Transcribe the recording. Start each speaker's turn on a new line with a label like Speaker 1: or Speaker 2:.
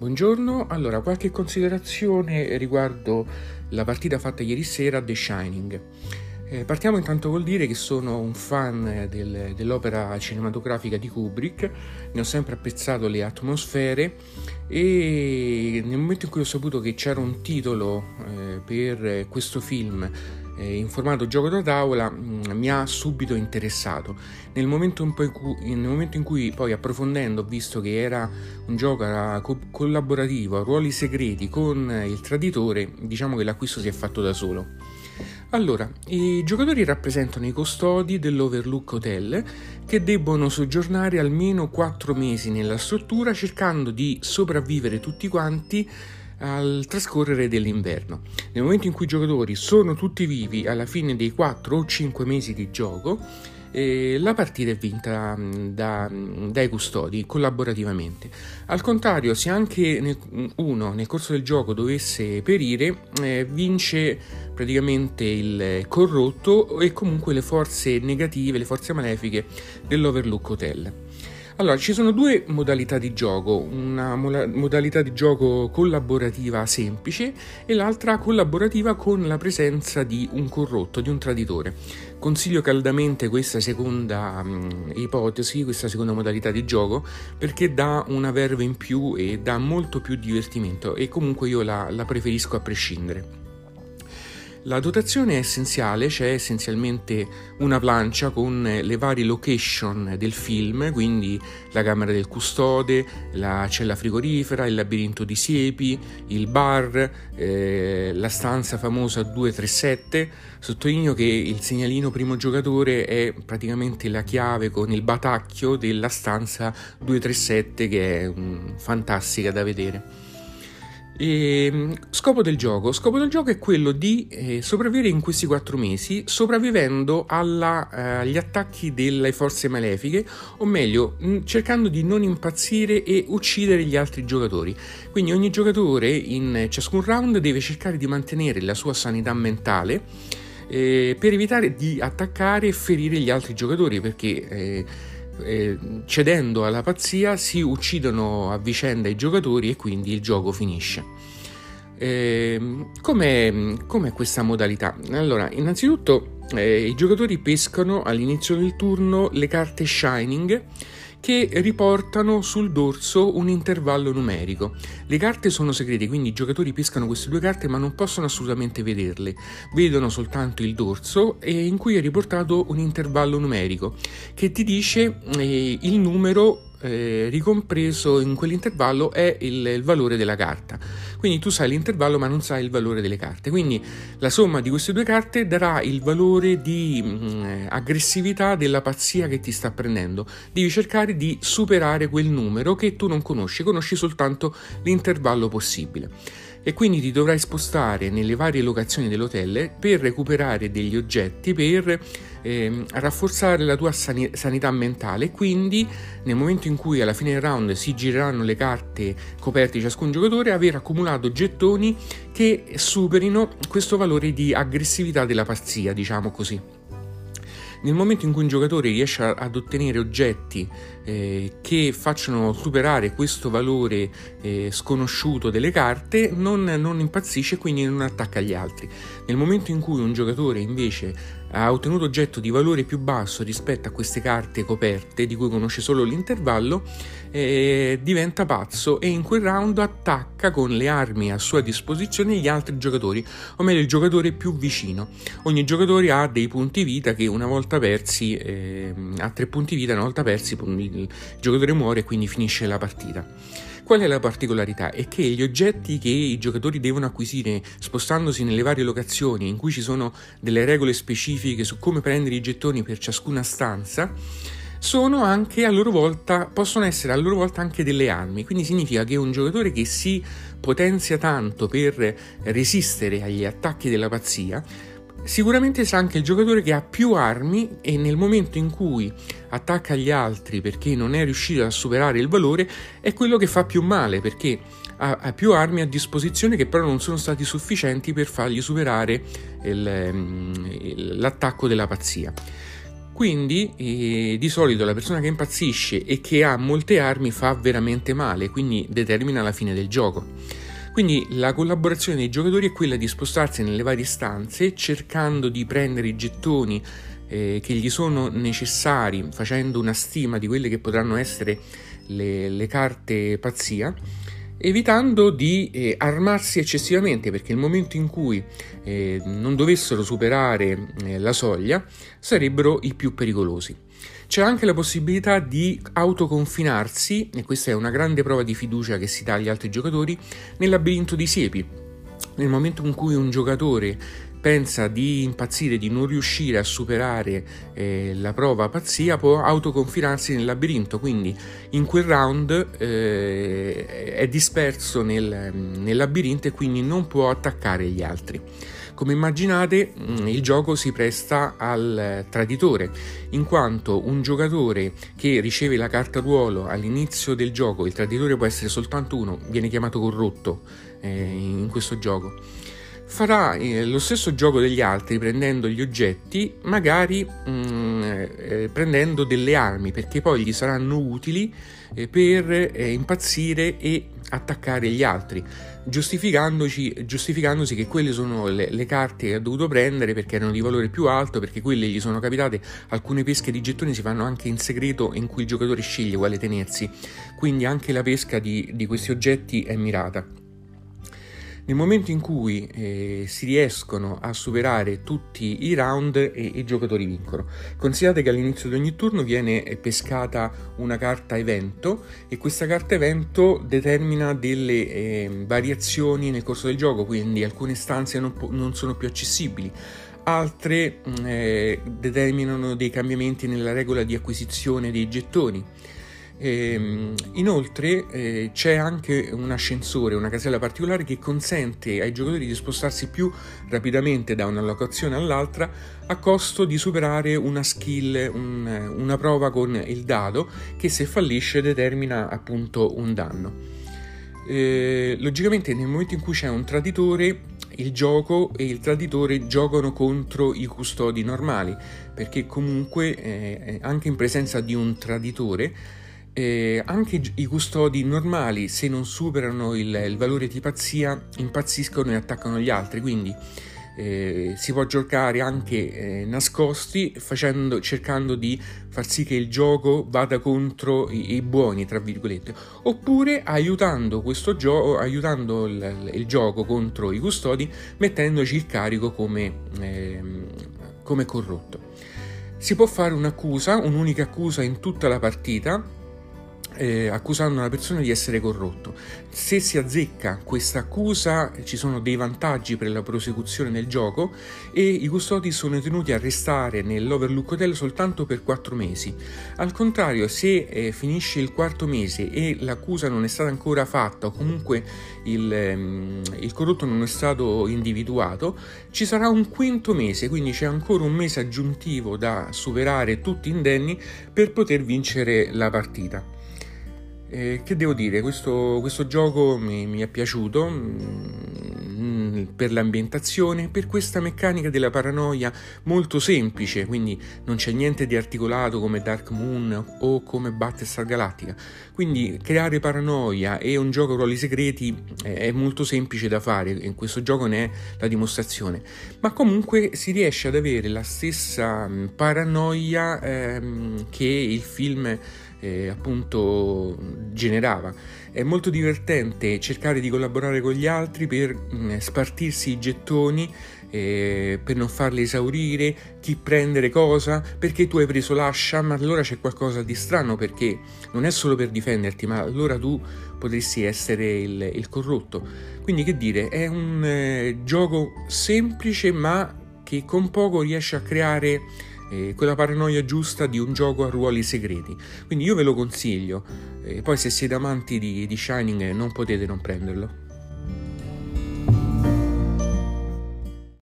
Speaker 1: Buongiorno, allora qualche considerazione riguardo la partita fatta ieri sera a The Shining. Partiamo intanto col dire che sono un fan dell'opera cinematografica di Kubrick, ne ho sempre apprezzato le atmosfere e nel momento in cui ho saputo che c'era un titolo per questo film in formato gioco da tavola mi ha subito interessato. Nel momento in cui poi approfondendo ho visto che era un gioco collaborativo a ruoli segreti con il traditore, diciamo che l'acquisto si è fatto da solo. Allora, i giocatori rappresentano i custodi dell'Overlook Hotel che debbono soggiornare almeno 4 mesi nella struttura cercando di sopravvivere tutti quanti al trascorrere dell'inverno. Nel momento in cui i giocatori sono tutti vivi alla fine dei 4 o 5 mesi di gioco, la partita è vinta dai custodi collaborativamente. Al contrario, se anche uno nel corso del gioco dovesse perire, vince praticamente il corrotto e comunque le forze negative, le forze malefiche dell'Overlook Hotel. Allora, ci sono due modalità di gioco, una modalità di gioco collaborativa semplice e l'altra collaborativa con la presenza di un corrotto, di un traditore. Consiglio caldamente questa seconda ipotesi, questa seconda modalità di gioco, perché dà una verve in più e dà molto più divertimento e comunque io la preferisco a prescindere. La dotazione è essenziale, c'è essenzialmente una plancia con le varie location del film, quindi la camera del custode, la cella frigorifera, il labirinto di siepi, il bar, la stanza famosa 237. Sottolineo che il segnalino primo giocatore è praticamente la chiave con il batacchio della stanza 237 che è fantastica da vedere. Scopo del gioco è quello di sopravvivere in questi 4 mesi sopravvivendo agli attacchi delle forze malefiche, o meglio cercando di non impazzire e uccidere gli altri giocatori. Quindi ogni giocatore in ciascun round deve cercare di mantenere la sua sanità mentale per evitare di attaccare e ferire gli altri giocatori, perché cedendo alla pazzia si uccidono a vicenda i giocatori e quindi il gioco finisce. Com'è questa modalità? Allora, innanzitutto i giocatori pescano all'inizio del turno le carte Shining che riportano sul dorso un intervallo numerico. Le carte sono segrete, quindi i giocatori pescano queste due carte ma non possono assolutamente vederle, vedono soltanto il dorso in cui è riportato un intervallo numerico che ti dice il numero ricompreso in quell'intervallo è il valore della carta. Quindi tu sai l'intervallo ma non sai il valore delle carte, quindi la somma di queste due carte darà il valore di aggressività della pazzia che ti sta prendendo. Devi cercare di superare quel numero che tu non conosci soltanto l'intervallo possibile. E quindi ti dovrai spostare nelle varie locazioni dell'hotel per recuperare degli oggetti, per rafforzare la tua sanità mentale. Quindi nel momento in cui alla fine del round si gireranno le carte coperte di ciascun giocatore, aver accumulato gettoni che superino questo valore di aggressività della pazzia, diciamo così. Nel momento in cui un giocatore riesce ad ottenere oggetti che facciano superare questo valore sconosciuto delle carte, non impazzisce e quindi non attacca gli altri. Nel momento in cui un giocatore invece ha ottenuto oggetto di valore più basso rispetto a queste carte coperte, di cui conosce solo l'intervallo, diventa pazzo e in quel round attacca con le armi a sua disposizione gli altri giocatori, o meglio il giocatore più vicino. Ogni giocatore ha dei punti vita che una volta persi, ha 3 punti vita, una volta persi il giocatore muore e quindi finisce la partita. Qual è la particolarità? È che gli oggetti che i giocatori devono acquisire spostandosi nelle varie locazioni, in cui ci sono delle regole specifiche su come prendere i gettoni per ciascuna stanza, sono anche a loro volta, possono essere a loro volta anche delle armi. Quindi significa che un giocatore che si potenzia tanto per resistere agli attacchi della pazzia sicuramente sarà anche il giocatore che ha più armi e nel momento in cui attacca gli altri perché non è riuscito a superare il valore è quello che fa più male, perché ha più armi a disposizione che però non sono stati sufficienti per fargli superare l'attacco della pazzia. Quindi di solito la persona che impazzisce e che ha molte armi fa veramente male, quindi determina la fine del gioco. Quindi la collaborazione dei giocatori è quella di spostarsi nelle varie stanze cercando di prendere i gettoni che gli sono necessari, facendo una stima di quelle che potranno essere le carte pazzia, evitando di armarsi eccessivamente, perché nel momento in cui non dovessero superare la soglia sarebbero i più pericolosi. C'è anche la possibilità di autoconfinarsi, e questa è una grande prova di fiducia che si dà agli altri giocatori, nel labirinto di siepi. Nel momento in cui un giocatore pensa di impazzire, di non riuscire a superare la prova pazzia, può autoconfinarsi nel labirinto, quindi in quel round è disperso nel labirinto e quindi non può attaccare gli altri. Come immaginate, il gioco si presta al traditore, in quanto un giocatore che riceve la carta ruolo all'inizio del gioco, il traditore può essere soltanto uno, viene chiamato corrotto in questo gioco, farà lo stesso gioco degli altri prendendo gli oggetti, magari prendendo delle armi, perché poi gli saranno utili per impazzire e attaccare gli altri, giustificandosi che quelle sono le carte che ha dovuto prendere perché erano di valore più alto, perché quelle gli sono capitate. Alcune pesche di gettoni si fanno anche in segreto, in cui il giocatore sceglie quale tenersi, quindi anche la pesca di questi oggetti è mirata. Nel momento in cui si riescono a superare tutti i round, i giocatori vincono. Considerate che all'inizio di ogni turno viene pescata una carta evento, e questa carta evento determina delle variazioni nel corso del gioco, quindi alcune stanze non sono più accessibili, altre determinano dei cambiamenti nella regola di acquisizione dei gettoni. Inoltre c'è anche un ascensore, una casella particolare che consente ai giocatori di spostarsi più rapidamente da una locazione all'altra a costo di superare una skill, una prova con il dado, che se fallisce determina appunto un danno. Logicamente nel momento in cui c'è un traditore, il gioco e il traditore giocano contro i custodi normali, perché comunque anche in presenza di un traditore anche i custodi normali, se non superano il valore di pazzia, impazziscono e attaccano gli altri, quindi si può giocare anche nascosti, cercando di far sì che il gioco vada contro i buoni, tra virgolette, oppure aiutando il gioco contro i custodi, mettendoci il carico come corrotto. Si può fare un'unica accusa in tutta la partita, accusando una persona di essere corrotto. Se si azzecca questa accusa ci sono dei vantaggi per la prosecuzione del gioco, e i custodi sono tenuti a restare nell'Overlook Hotel soltanto per 4 mesi. Al contrario, se finisce il 4º mese e l'accusa non è stata ancora fatta, o comunque il corrotto non è stato individuato, ci sarà un 5º mese, quindi c'è ancora un mese aggiuntivo da superare tutti indenni per poter vincere la partita. Che devo dire, questo gioco mi è piaciuto per l'ambientazione, per questa meccanica della paranoia molto semplice, quindi non c'è niente di articolato come Dark Moon o come Battlestar Galactica, quindi creare paranoia e un gioco ruoli segreti è molto semplice da fare, in questo gioco ne è la dimostrazione, ma comunque si riesce ad avere la stessa paranoia che il film appunto generava. È molto divertente cercare di collaborare con gli altri per spartirsi i gettoni, per non farli esaurire, chi prendere cosa, perché tu hai preso l'ascia, ma allora c'è qualcosa di strano, perché non è solo per difenderti, ma allora tu potresti essere il corrotto. Quindi, che dire, è un gioco semplice ma che con poco riesce a creare quella paranoia giusta di un gioco a ruoli segreti, quindi io ve lo consiglio. Poi se siete amanti di Shining non potete non prenderlo.